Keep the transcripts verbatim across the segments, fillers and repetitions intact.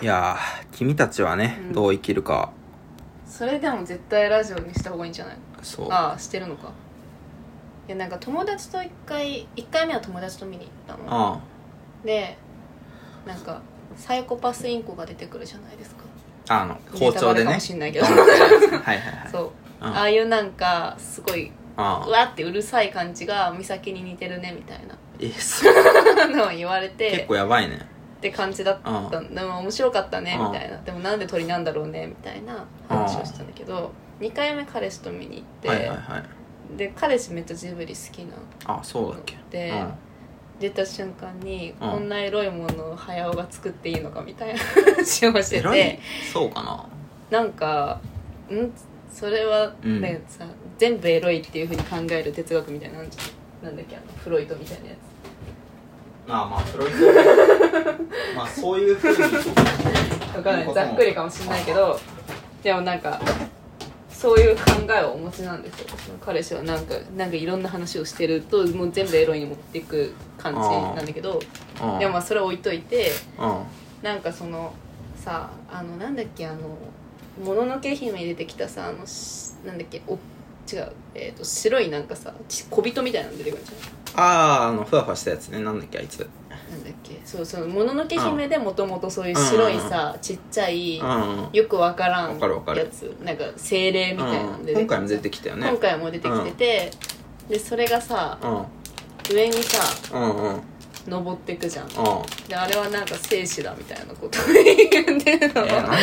いやー君たちはね、うん、どう生きるか。 それでも絶対ラジオにした方がいいんじゃない？ そう。 ああしてるのか。いやなんか友達と一回一回目は友達と見に行ったの。 ああでなんかサイコパスインコが出てくるじゃないですか。 あの包丁でね。 かもしんないけど。 はいはいはい。 そう。ああいうなんかすごい。うわってうるさい感じが美咲に似てるねみたいなえそうのを言われて結構やばいねって感じだったでも面白かったねみたいなでもなんで鳥なんだろうねみたいな話をしたんだけどにかいめ彼氏と見に行って、 はいはいはい、 で彼氏めっちゃジブリ好きなあそうだっけで、うん、出た瞬間に、うん、こんなエロいものを早尾が作っていいのかみたいな話をしててエロいそうかななんかんそれはね、うん、さ全部エロいっていう風に考える哲学みたいななんだっけあのフロイトみたいなやつまあまあフロイトまあそういう風に分かんないざっくりかもしれないけどでもなんかそういう考えをお持ちなんですよ彼氏はなんかなんかいろんな話をしてるともう全部エロいに持っていく感じなんだけどでもまあそれは置いといてなんかそのさあのなんだっけあのもののけ姫に出てきたさあのなんだっけお違う、えー、と白いなんかさ小人みたいなの出てくるんじゃんあああのふわふわしたやつねなんだっけあいつなんだっけそうそうもののけ姫でもともとそういう白いさちっちゃいよくわからんやつなんか精霊みたいなので今回も出てきたよね今回も出てきてて、うん、でそれがさ、うん、上にさ、うんうん登ってくじゃん、うん、であれはなんか生死だみたいなことを言ってるの、えー、なんか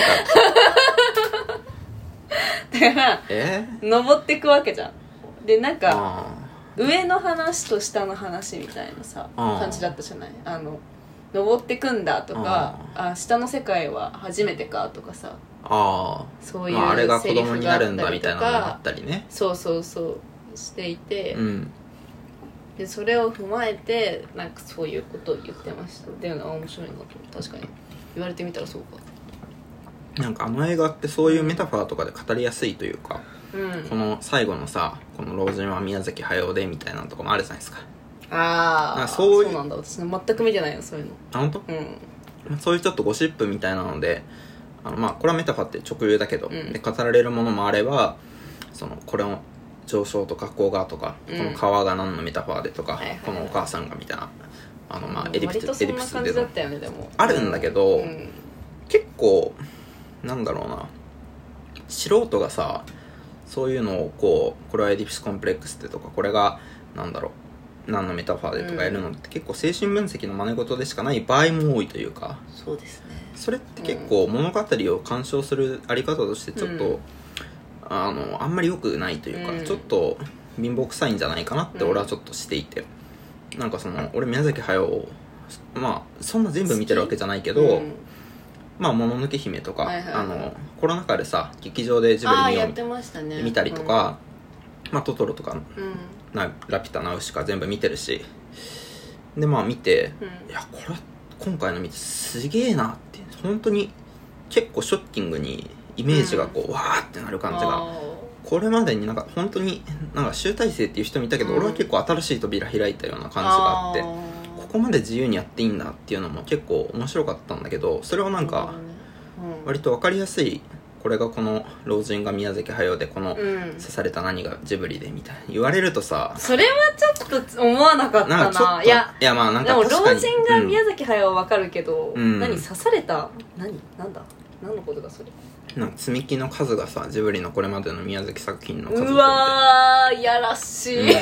だから、えー、登ってくわけじゃんでなんか上の話と下の話みたいなさ感じだったじゃないあの登ってくんだとかあ下の世界は初めてかとかさあそういう、まあ、 あれが子供になるんだみたいなのがあったりねそうそうそうしていて、うんでそれを踏まえてなんかそういうことを言ってましたっていうのは面白いなと確かに言われてみたらそうかなんかあの映画ってそういうメタファーとかで語りやすいというか、うん、この最後のさこの老人は宮崎駿でみたいなとこもあるじゃないですかああそうそうなんだ私全く見てないよそういうのあ本当？うんそういうちょっとゴシップみたいなのであのまあこれはメタファーって直言だけど、うん、で語られるものもあればそのこれを上昇と下降がとか、うん、この川が何のメタファーでとか、はいはいはい、このお母さんがみたいなあの、まあ、エリプスエリプスであるんだけど、うん、結構なんだろうな素人がさそういうのをこうこれはエディプスコンプレックスでとかこれがなんだろう何のメタファーでとかやるのって、うん、結構精神分析の真似事でしかない場合も多いというかそうですねそれって結構物語を鑑賞するあり方としてちょっと、うんあのあんまり良くないというか、うん、ちょっと貧乏臭いんじゃないかなって俺はちょっとしていて、うん、なんかその俺宮崎駿まあそんな全部見てるわけじゃないけど、うん、まあもののけ姫とか、はいはいはい、あのコロナ禍でさ劇場でジブリ見ようみたいな、ね、見たりとか、うん、まあトトロとか、うん、なラピュタナウシカ全部見てるしでまあ見て、うん、いやこれ今回の見てすげえなって本当に結構ショッキングにイメージがこう、うん、わーってなる感じがこれまでになんか本当になんか集大成っていう人もいたけど、うん、俺は結構新しい扉開いたような感じがあってここまで自由にやっていいんだっていうのも結構面白かったんだけどそれをなんか割と分かりやすいこれがこの老人が宮崎駿でこの刺された何がジブリでみたいな言われるとさそれはちょっと思わなかった な, ないやいやまあなんかでも老人が宮崎駿は分かるけど、うん、何刺された何なんだ何のことがそれなんか積み木の数がさジブリのこれまでの宮崎作品の数うわーやらしい、うん、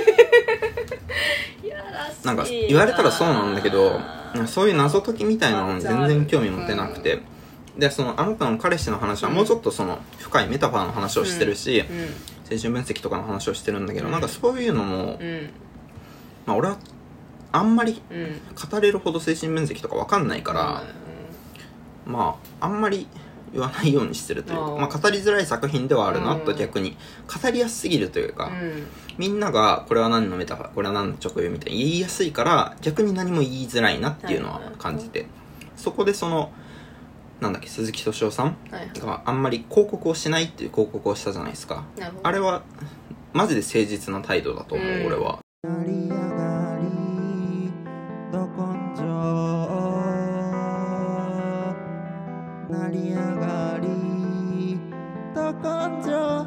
やらしいなんか言われたらそうなんだけどそういう謎解きみたいなのに全然興味持てなくて、うん、でそのあなたの彼氏の話はもうちょっとその深いメタファーの話をしてるし、うんうん、精神分析とかの話をしてるんだけど、うん、なんかそういうのも、うん、まあ俺はあんまり語れるほど精神分析とか分かんないから、うん、まああんまり言わないようにしてるというか、まあ、語りづらい作品ではあるなと逆に語りやすすぎるというか、うん、みんながこれは何のメタファーこれは何の直言みたいに言いやすいから逆に何も言いづらいなっていうのは感じて、はい、そこでそのなんだっけ鈴木敏夫さんがあんまり広告をしないっていう広告をしたじゃないですか。あれはマジで誠実な態度だと思う、うん、俺は。 成り上がりど根性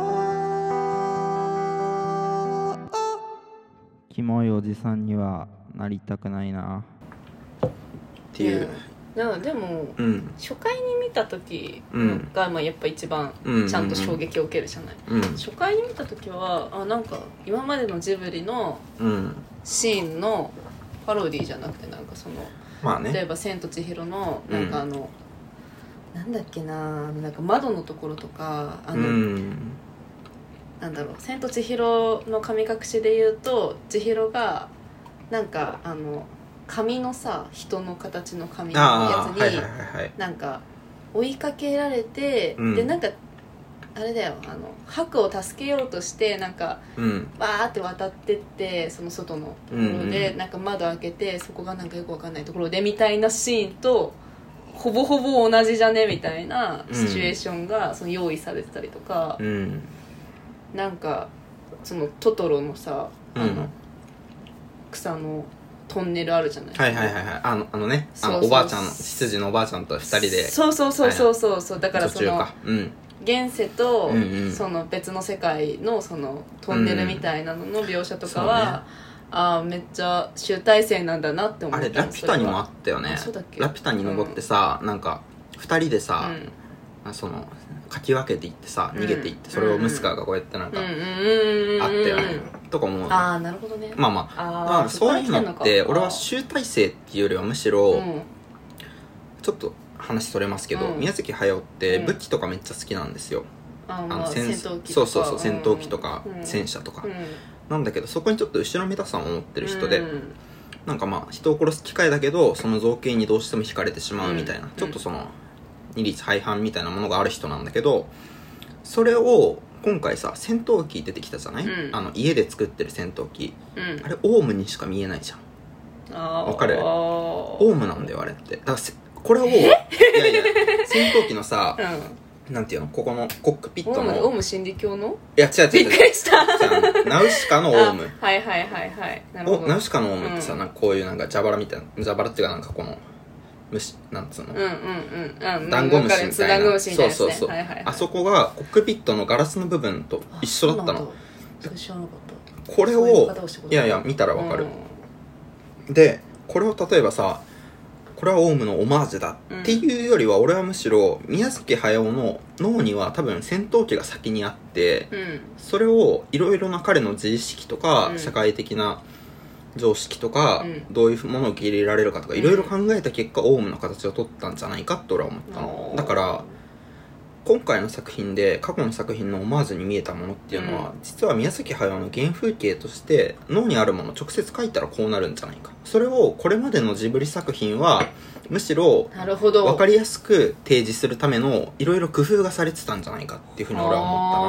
キモいおじさんにはなりたくないなっていう、 なでも、うん、初回に見た時が、まあ、やっぱ一番ちゃんと衝撃を受けるじゃない、うんうん、初回に見た時はあなんか今までのジブリのシーンのパロディじゃなくてなんかその、まあね、例えば千と千尋のなんかあの、うん、なんだっけななんか窓のところとかあの、うん、なんだろう千と千尋の神隠しで言うと千尋がなんかあの紙のさ人の形の紙のやつに、はいはいはいはい、なんか追いかけられて、うん、でなんかあれだよあの白を助けようとしてなんか、うん、バーって渡ってってその外のところで、うんうん、なんか窓開けてそこがなんかよくわかんないところでみたいなシーンとほぼほぼ同じじゃねみたいなシチュエーションがその用意されてたりとか、うん、なんかそのトトロのさあの、うん、草のトンネルあるじゃない。 はいはいはいはい。あのあのね、あのおばあちゃんの羊のおばあちゃんとふたりで。 そうそうそうそうそうそう。だからその、うん、現世と、うんうん、その別の世界のそのトンネルみたいなのの描写とかは、うんね、あめっちゃ集大成なんだなって思った。 あれラピュタにもあったよね。 そうだっけ。 ラピュタに登ってさ、うん、なんかふたりでさ、うん、そのかき分けていってさ逃げていって、うん、それをムスカーがこうやってなんか、うん、あったよね。とかもああなるほどね。 まあまあ、あまあ、そういうのって俺は集大成っていうよりはむしろ、うん、ちょっと話それますけど、うん、宮崎駿って武器とかめっちゃ好きなんですよ、 うん、あの戦闘機とかそうそうそう戦闘機とか、うん、戦車とか、うん、なんだけどそこにちょっと後ろめたさを持ってる人で、うん、なんかまあ人を殺す機械だけどその造形にどうしても惹かれてしまうみたいな、うん、ちょっとその二律背反みたいなものがある人なんだけど、それを今回さ戦闘機出てきたじゃない、うん、あの家で作ってる戦闘機、うん、あれオウムにしか見えないじゃん。わかる？オウムなんだよあれって。だからこれをいやいや戦闘機のさ、うん、なんていうのここのコックピットのオウム真理教のいや違う違う違うびっくりしたナウシカのオウムはいはいはいはいなるほど。 ナウシカのオウムってさ、うん、なんかこういうなんか蛇腹みたいな蛇腹っていうかなんかこの虫なんつうの、うんうんうん、ダンゴムシみたいな、うん、そうそうそう、はいはいはい、あそこがコックピットのガラスの部分と一緒だったの。 それ知らなかった。 これをいやいや見たらわかる、うん、でこれを例えばさこれはオウムのオマージュだっていうよりは、俺はむしろ宮崎駿の脳には多分戦闘機が先にあって、うん、それをいろいろな彼の自意識とか、うん、社会的な常識とか、うん、どういうものを受け入れられるかとかいろいろ考えた結果、うん、オウムの形を取ったんじゃないかって俺は思ったの。だから今回の作品で過去の作品のオマージュに見えたものっていうのは、うん、実は宮崎駿の原風景として脳にあるものを直接書いたらこうなるんじゃないか。それをこれまでのジブリ作品はむしろ分かりやすく提示するためのいろいろ工夫がされてたんじゃないかっていうふうに俺は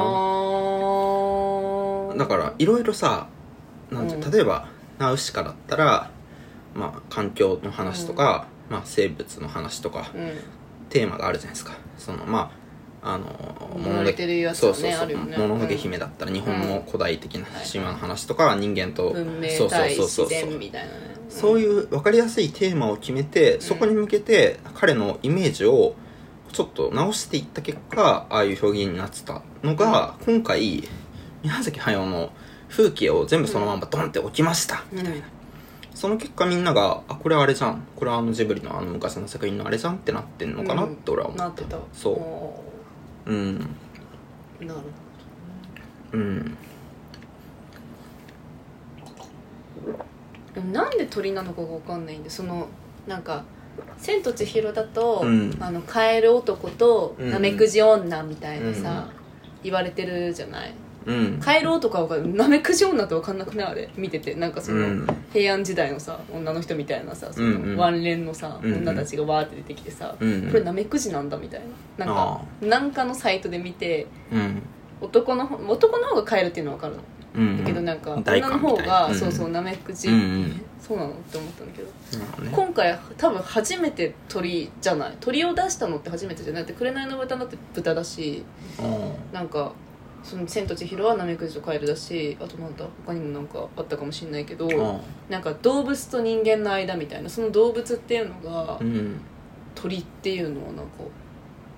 思ったな。だからいろいろさなんて、うん、例えばナウシカだったら、まあ、環境の話とか、うんまあ、生物の話とか、うん、テーマがあるじゃないですか。そのまああのもののけ、ね、そうそうそう、ね、もののけ姫だったら日本の古代的な神話の話とか、うん、人間と文明対自然みたいなね、 うん、そういう分かりやすいテーマを決めて、そこに向けて彼のイメージをちょっと直していった結果ああいう表現になってたのが、うん、今回宮崎駿の風景を全部そのままドンって置きました、うん、みたいな。その結果みんながあこれあれじゃん、これはあのジブリのあの昔の作品のあれじゃんってなってんのかなって俺は思った、うん、なってた。そううんなるほど、うん、 でもなんで鳥なのかが分かんないんで、そのなんか千と千尋だと、うん、あのカエル男とナメクジ女みたいなさ、うん、言われてるじゃない、うん、カエル男は分かる、ナメクジ女って分かんなくないあれ見てて。なんかその、うん、平安時代のさ女の人みたいなさ、その、うんうん、ワンレンのさ、うんうん、女たちがわーって出てきてさ、うんうん、これナメクジなんだみたいな、なんかなんかのサイトで見て、うん、男の男の方がカエルっていうのは分かるの、うんうん、だけどなんか女の方が、うん、そうそうナメクジ、うんうん、そうなのって思ったんだけど、うんね、今回多分初めて鳥じゃない、鳥を出したのって初めてじゃないって、紅の豚だって豚だし、なんかその千と千尋はナメクジとカエルだし、あとなんだ他にもなんかあったかもしれないけど、なんか動物と人間の間みたいな、その動物っていうのが、うん、鳥っていうのはなんか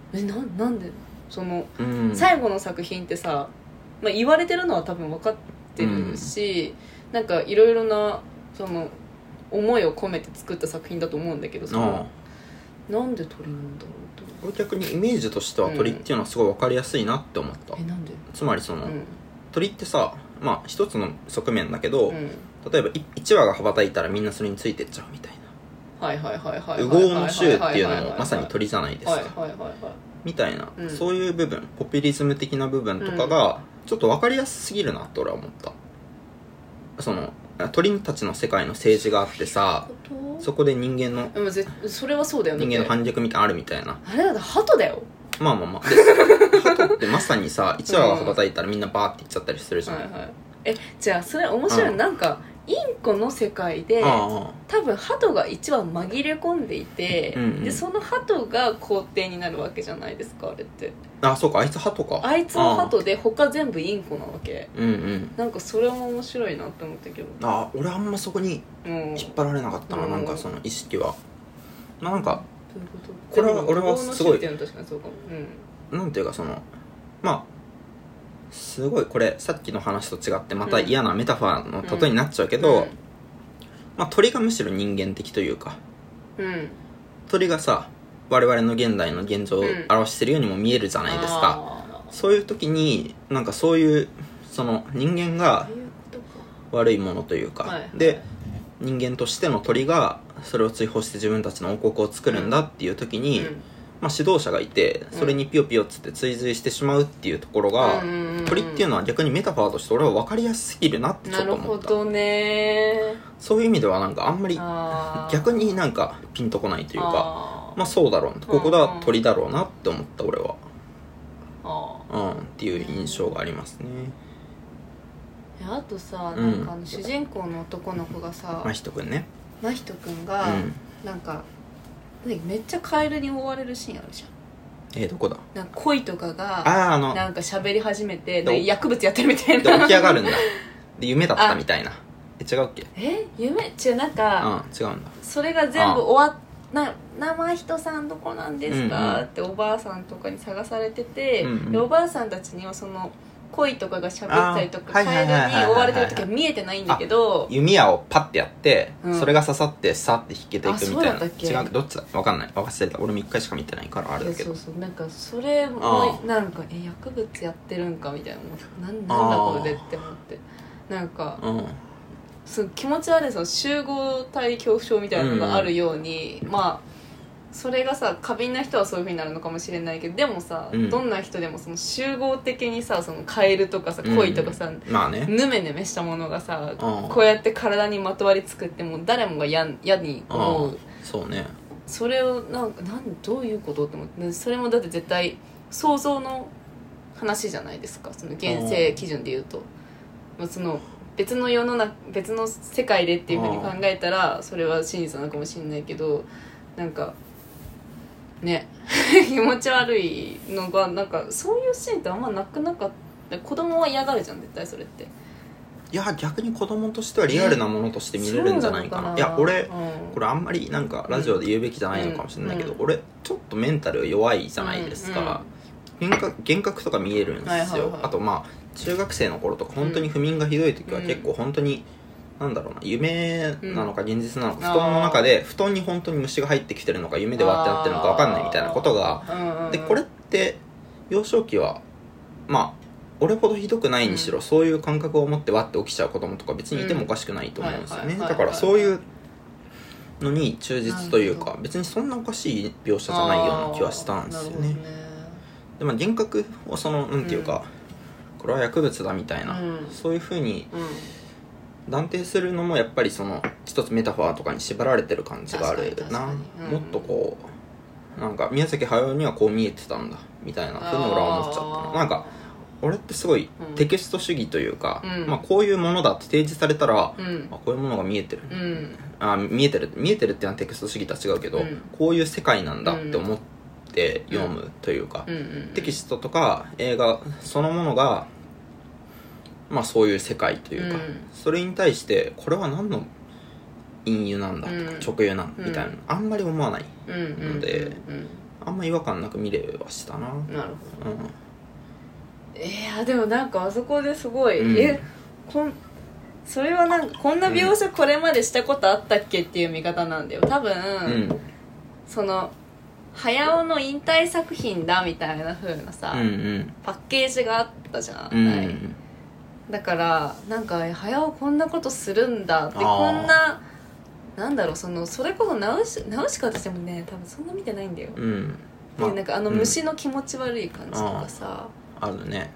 えななんでその、 うん、 最後の作品ってさ、まあ、言われてるのは多分分かってるし、うん、なんかいろいろなその思いを込めて作った作品だと思うんだけどさ、なんで鳥なんだろうと。 俺逆にイメージとしては鳥っていうのはすごい分かりやすいなって思った、 うん、えなんで。 つまりその、 うん、 鳥ってさ、まあ一つの側面だけど、 うん、 例えばいちわが羽ばたいたらみんなそれについてっちゃうみたいな、はいはいはいはい、 羽毛の衆っていうのもまさに鳥じゃないですか、 はいはいはいはい、 みたいな、 うん、 そういう部分、ポピュリズム的な部分とかがちょっと分かりやすすぎるなって俺は思った。その鳥たちの世界の政治があってさ、そこで人間のでもぜそれはそうだよね、 人間の反逆みたいなのあるみたいな。 あれだ鳩だよ。 まあまあまあで鳩ってまさにさいちわが羽ばたいたらみんなバーっていっちゃったりするじゃん、 はいはい、えじゃあそれ面白い、うん、なんかインコの世界で多分鳩がいちわ紛れ込んでいて、うんうん、でその鳩が皇帝になるわけじゃないですか、あれって。 あ、そうか、あいつ鳩か。 あいつは鳩で他全部インコなわけ。 うんうん。 なんかそれも面白いなって思ったけど。 あ、俺あんまそこに引っ張られなかったな、うん、なんかその意識は。なんか、 どういうこと？ これは俺はすごい、 確かにそうかも。 うん。なんていうかその、まあ、すごいこれさっきの話と違ってまた嫌なメタファーの例えになっちゃうけど、うんうん、まあ鳥がむしろ人間的というか、 うん、 鳥がさ我々の現代の現状を表してるようにも見えるじゃないですか、うん、そういう時になんかそういうその人間が悪いものというか、 はいはい、 で人間としての鳥がそれを追放して自分たちの王国を作るんだっていう時に、うん、まあ、指導者がいてそれにピヨピヨっつって追随してしまうっていうところが、うん、鳥っていうのは逆にメタファーとして俺は分かりやすすぎるなってちょっと思った。 なるほどね。 そういう意味ではなんかあんまり逆になんかピンとこないというか、あまあそうだろうここが鳥だろうなって思った俺は、あ、うん、っていう印象がありますね。 あとさ、なんかあの主人公の男の子がさ、 真人くんね、 真人くんが、うん、なんかめっちゃカエルに追われるシーンあるじゃん。 えー、どこだ。 なんか恋とかがああのなんか喋り始めてで薬物やってるみたいなで起き上がるんだで夢だったみたいな。え違うっけ。 え夢違うなんか、 うん、違うんだ。 それが全部終わっな生人さんどこなんですか、うんうん、っておばあさんとかに探されてて、うんうん、でおばあさんたちにはその恋とかが喋ったりとかカエルに追われてる時は見えてないんだけど、 弓矢をパッてやって、うん、それが刺さってさって引けていくみたいな。違うどっちだ分かんない忘れた。俺も一回しか見てないからあれだけど。 そうそうなんかそれもなんかえ薬物やってるんかみたいな、なんなんだこれって思って、なんか、うん、そ気持ち悪いその集合体恐怖症みたいなのがあるように、うん、まあそれがさ過敏な人はそういう風になるのかもしれないけど、でもさ、うん、どんな人でもその集合的にさそのカエルとかさ恋とかさ、 うんまあね、 ヌメヌメしたものがさ、うん、こうやって体にまとわりつくってもう誰もが嫌に思う。 そうね。 それをなんかなんどういうことって思って、それもだって絶対想像の話じゃないですか、その現世基準で言うと。その別の世の中別の世界でっていう風に考えたらそれは真実なのかもしれないけど、なんかね気持ち悪いのがなんかそういうシーンってあんまなくなかった。子供は嫌がるじゃん絶対それって。 いや逆に子供としてはリアルなものとして見れるんじゃないかな。いや俺、うん、これあんまりなんかラジオで言うべきじゃないのかもしれないけど、うん、俺ちょっとメンタル弱いじゃないですか、うんうん、幻覚、幻覚とか見えるんですよ、はいはいはい、あとまあ中学生の頃とか本当に不眠がひどい時は結構本当に、うん、なんだろうな夢なのか現実なのか、うん、布団の中で布団に本当に虫が入ってきてるのか夢で割ってなってるのか分かんないみたいなことが、うんうん、でこれって幼少期はまあ俺ほどひどくないにしろ、うん、そういう感覚を持って割って起きちゃう子供とか別にいてもおかしくないと思うんですよね。だからそういうのに忠実というか別にそんなおかしい描写じゃないような気はしたんですよね。でも幻覚をそのなんていうか、うん、これは薬物だみたいな、うん、そういう風に断定するのもやっぱりその一つメタファーとかに縛られてる感じがあるな、うん、もっとこうなんか宮崎駿にはこう見えてたんだみたいな風に俺は思っちゃった。なんか俺ってすごいテキスト主義というか、うんまあ、こういうものだって提示されたら、うん、あこういうものが見えてる、うん、あ見えてる見えてるっていうのはテキスト主義とは違うけど、うん、こういう世界なんだって思って読むというか、うんうんうん、テキストとか映画そのものが、まあ、そういう世界というか、うん、それに対してこれは何の隠喩なんだとか、うん、直喩なんみたいな、うん、あんまり思わないので、うんうんうんうん、 あんま違和感なく見れはしたな。 なるほど、 うん、 いやでもなんかあそこですごい、 うん、 えこんそれはなんかこんな描写これまでしたことあったっけっていう見方なんだよ多分、 うん、 その早尾の引退作品だみたいな風なさ、 うんうん、 パッケージがあったじゃん、 うんはい、だからなんか早尾こんなことするんだってこんななんだろうそのそれこそナウシナウシカとしてもね多分そんな見てないんだよ、 うん、 でなんかあの虫の気持ち悪い感じとかさ、 うん、あるね、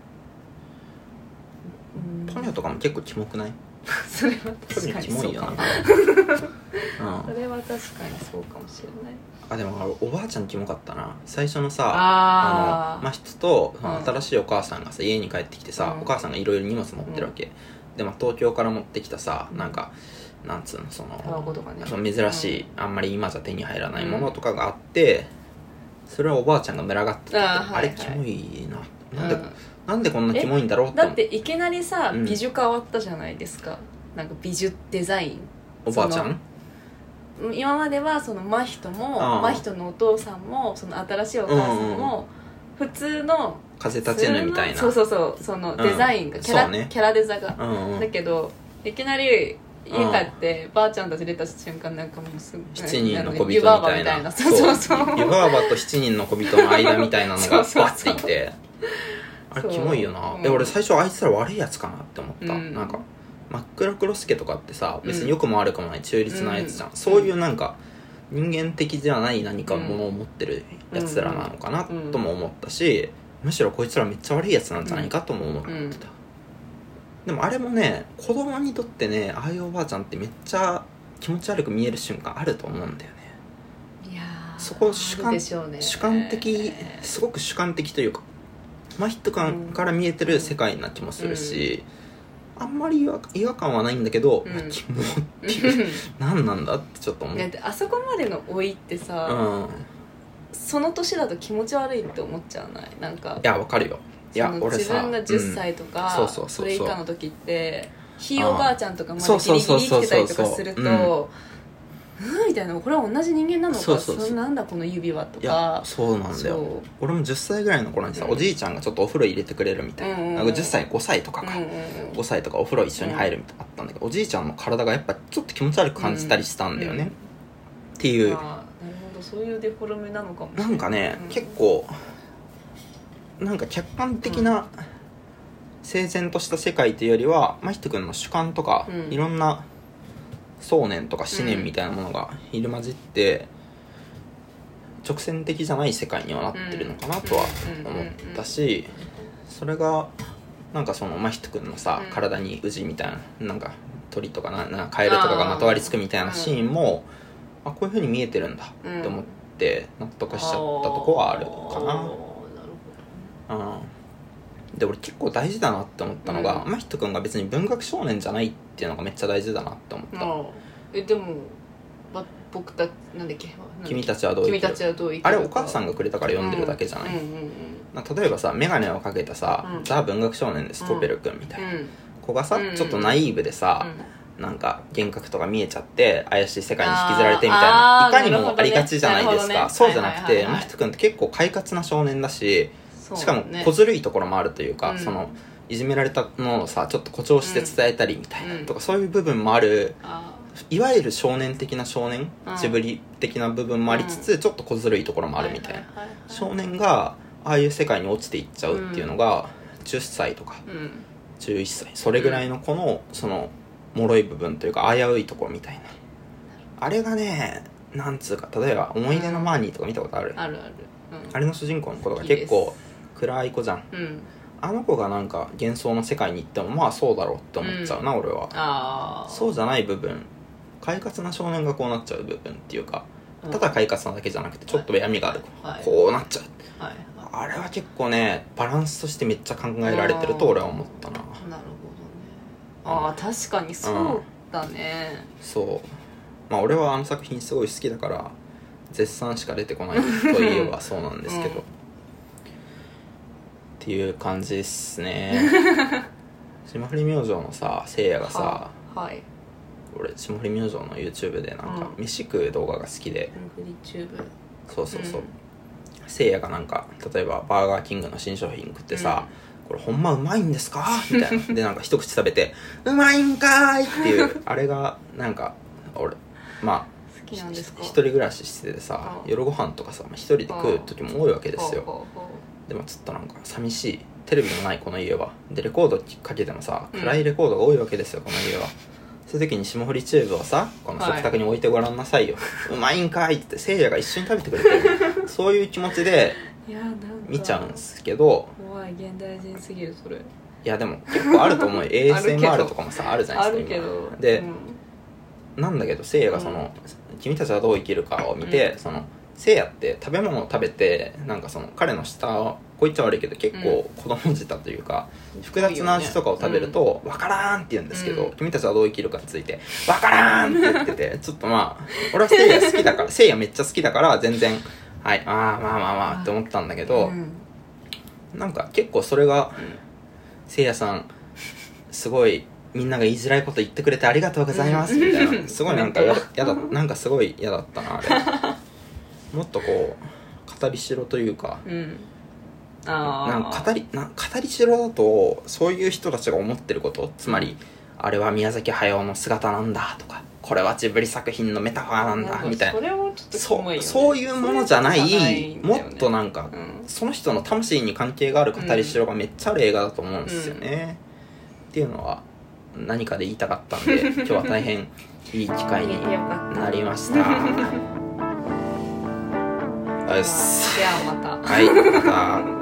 うん、 ポニョとかも結構キモくない？ それは確かにそうかも、うん、それは確かにそうかもしれない。 あでもおばあちゃんキモかったな最初のさああの真人とその新しいお母さんがさ、うん、家に帰ってきてさ、うん、お母さんがいろいろ荷物持ってるわけ、うん、で、まあ、東京から持ってきたさなんかなんつうのそのタバコとかねその珍しい、うん、あんまり今じゃ手に入らないものとかがあって、うん、それはおばあちゃんが群がってて あ,、あれキモいななんで、うん、なんでこんなキモいんだろうってだっていきなりさ、 うん、 美女変わったじゃないですかなんか美女デザインおばあちゃん今まではその真人も真人のお父さんもその新しいお母さんも普通の風立ちぬみたいなそうそうそうそのデザインが、うん、キャラ、ね、キャラデザが、 うんうん、 だけどいきなり家帰って、ばあちゃんたち出た瞬間なんかもうすぐしちにんの小人みたいな、 なそうそうそう湯婆婆としちにんの小人の間みたいなのがバッていてあれキモいよな、うん、え俺最初あいつら悪いやつかなって思った、うん、なんか真っ暗黒助とかってさ別に良くも悪くもない中立なやつじゃん、うん、そういうなんか人間的じゃない何かものを持ってるやつらなのかなとも思ったし、むしろこいつらめっちゃ悪いやつなんじゃないかとも思ってた、うん、でもあれもね子供にとってねああいうおばあちゃんってめっちゃ気持ち悪く見える瞬間あると思うんだよね。 いやそこ主観、 ね、 主観的すごく主観的というか真人感から見えてる世界な気もするし、うん、あんまり違和感はないんだけど、うん、キモっていう何なんだってちょっと思う。 だってあそこまでの老いってさ、うん、その年だと気持ち悪いって思っちゃわない？なんかいやわかるよ。いや俺さ自分がじゅっさいとか、うん、それ以下の時ってひいおばあちゃんとかまでギリギリ生きてたりとかするとうんみたいなこれは同じ人間なのかそうそうそうそんなんだこの指輪とか。いやそうなんだよ。俺もじゅっさいぐらいの頃にさ、うん、おじいちゃんがちょっとお風呂入れてくれるみたいな、うんうんうん、なんかじゅっさいごさいとかか、うんうんうん、ごさいとかお風呂一緒に入るみたいなあったんだけど、おじいちゃんの体がやっぱちょっと気持ち悪く感じたりしたんだよね、うんうん、っていう。 あなるほどそういうデフォルメなのかもしれない。 なんかね、うん、結構なんか客観的な整然とした世界というよりは真人君の主観とか、うん、いろんな想念とか思念みたいなものが入り混じって、うん、直線的じゃない世界にはなってるのかなとは思ったし、それがなんかその真人君のさ、うん、体にウジみたいななんか鳥とかななカエルとかがまとわりつくみたいなシーンも あ,、うん、あこういう風に見えてるんだって思って納得しちゃったとこはあるかな。うんで俺結構大事だなって思ったのが、うん、真人君が別に文学少年じゃないっていうのがめっちゃ大事だなって思った、 うん、えでも僕たなんだっけ君たちはどう生きる君たちはどう生きるあれお母さんがくれたから読んでるだけじゃない、うんうんうんうん、例えばさ眼鏡をかけたさ、うん、ザ文学少年ですコペル君みたいな、うん、子がさ、うん、ちょっとナイーブでさ、うん、なんか幻覚とか見えちゃって怪しい世界に引きずられてみたいないかにもありがちじゃないですか、ねね、そうじゃなくて、はいはいはいはい、真人君って結構快活な少年だししかも小ずるいところもあるというか、うん、そのいじめられたのをさちょっと誇張して伝えたりみたいな、うん、とかそういう部分もある、うん、いわゆる少年的な少年、うん、ジブリ的な部分もありつつ、うん、ちょっと小ずるいところもあるみたいな、はいはいはいはい、少年がああいう世界に落ちていっちゃうっていうのが、うん、じゅっさいとか、うん、じゅういっさいそれぐらいの子のその脆い部分というか危ういところみたいな、あれがねなんつうか例えば思い出のマーニーとか見たことある？ あるある、 うん、あれの主人公の子が結構暗い子じゃん、うん、あの子がなんか幻想の世界に行ってもまあそうだろうって思っちゃうな、うん、俺は。あそうじゃない部分快活な少年がこうなっちゃう部分っていうか、うん、ただ快活なだけじゃなくてちょっと闇がある、はい、こうなっちゃう、はいはい、あれは結構ねバランスとしてめっちゃ考えられてると俺は思ったな。なるほどね。 ああ確かにそうだね、 うん、そうまあ俺はあの作品すごい好きだから絶賛しか出てこないといえばそうなんですけど、うんっていう感じですね霜降り明星のさせいやがさ、は、はい、俺霜降り明星の YouTube でなんか飯食う動画が好きで、 うん、YouTube そうそうそう、 せいやがなんか例えばバーガーキングの新商品食ってさ、うん、これほんまうまいんですかみたいなでなんか一口食べてうまいんかーいっていうあれがなんか俺まあ好きなんですか。 一人暮らししててさ夜ご飯とかさ一人で食う時も多いわけですよ。でもちょっとなんか寂しい、テレビもないこの家は。でレコードかけてもさ暗いレコードが多いわけですよこの家は。そういう時に霜降りチューブをさこの食卓に置いてごらんなさいよ、はい、うまいんかいってせいやが一緒に食べてくれてるそういう気持ちで見ちゃうんですけど、 怖い現代人すぎるそれ。いやでも結構あると思うエーエスエムアール とかもさあるじゃないですか。 あるけどで、 うん、 なんだけどせいやがその、うん、君たちはどう生きるかを見て、うん、そのせいやって食べ物を食べてなんかその彼の舌をこう言っちゃ悪いけど結構子供舌というか、うん、複雑な味とかを食べると分からんって言うんですけど、うん、君たちはどう生きるかについて分からんって言っててちょっとまあ俺はせいや好きだからせいやめっちゃ好きだから全然はいああまあまあまあって思ったんだけど、うん、なんか結構それがせいやさんすごいみんなが言いづらいこと言ってくれてありがとうございますみたいなすごいなんかややだなんかすごい嫌だったなあれもっとこう語りしろというか、うん、あなんか語りな語りしろだとそういう人たちが思ってることつまり、うん、あれは宮崎駿の姿なんだとかこれはジブリ作品のメタファーなんだみたいなそれはちょっとキモいよね。 そういうものじゃない、 ね、 もっとなんか、うん、その人の魂に関係がある語りしろがめっちゃある映画だと思うんですよね、うん、っていうのは何かで言いたかったんで今日は大変いい機会になりましたよしではまたはいまた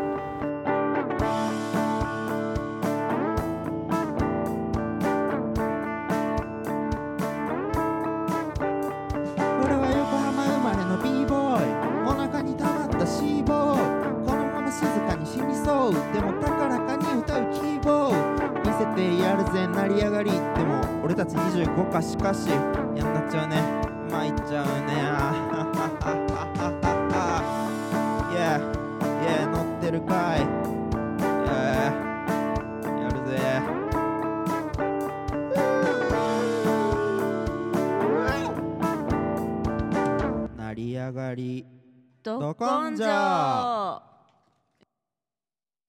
でも高らかに歌うキーボード見せてやるぜ成り上がり。でも俺たちにじゅうごかしかしやんなっちゃうね参っちゃうねあはははは Yeah Yeah 乗ってるかい Yeah やるぜ成り上がりど根性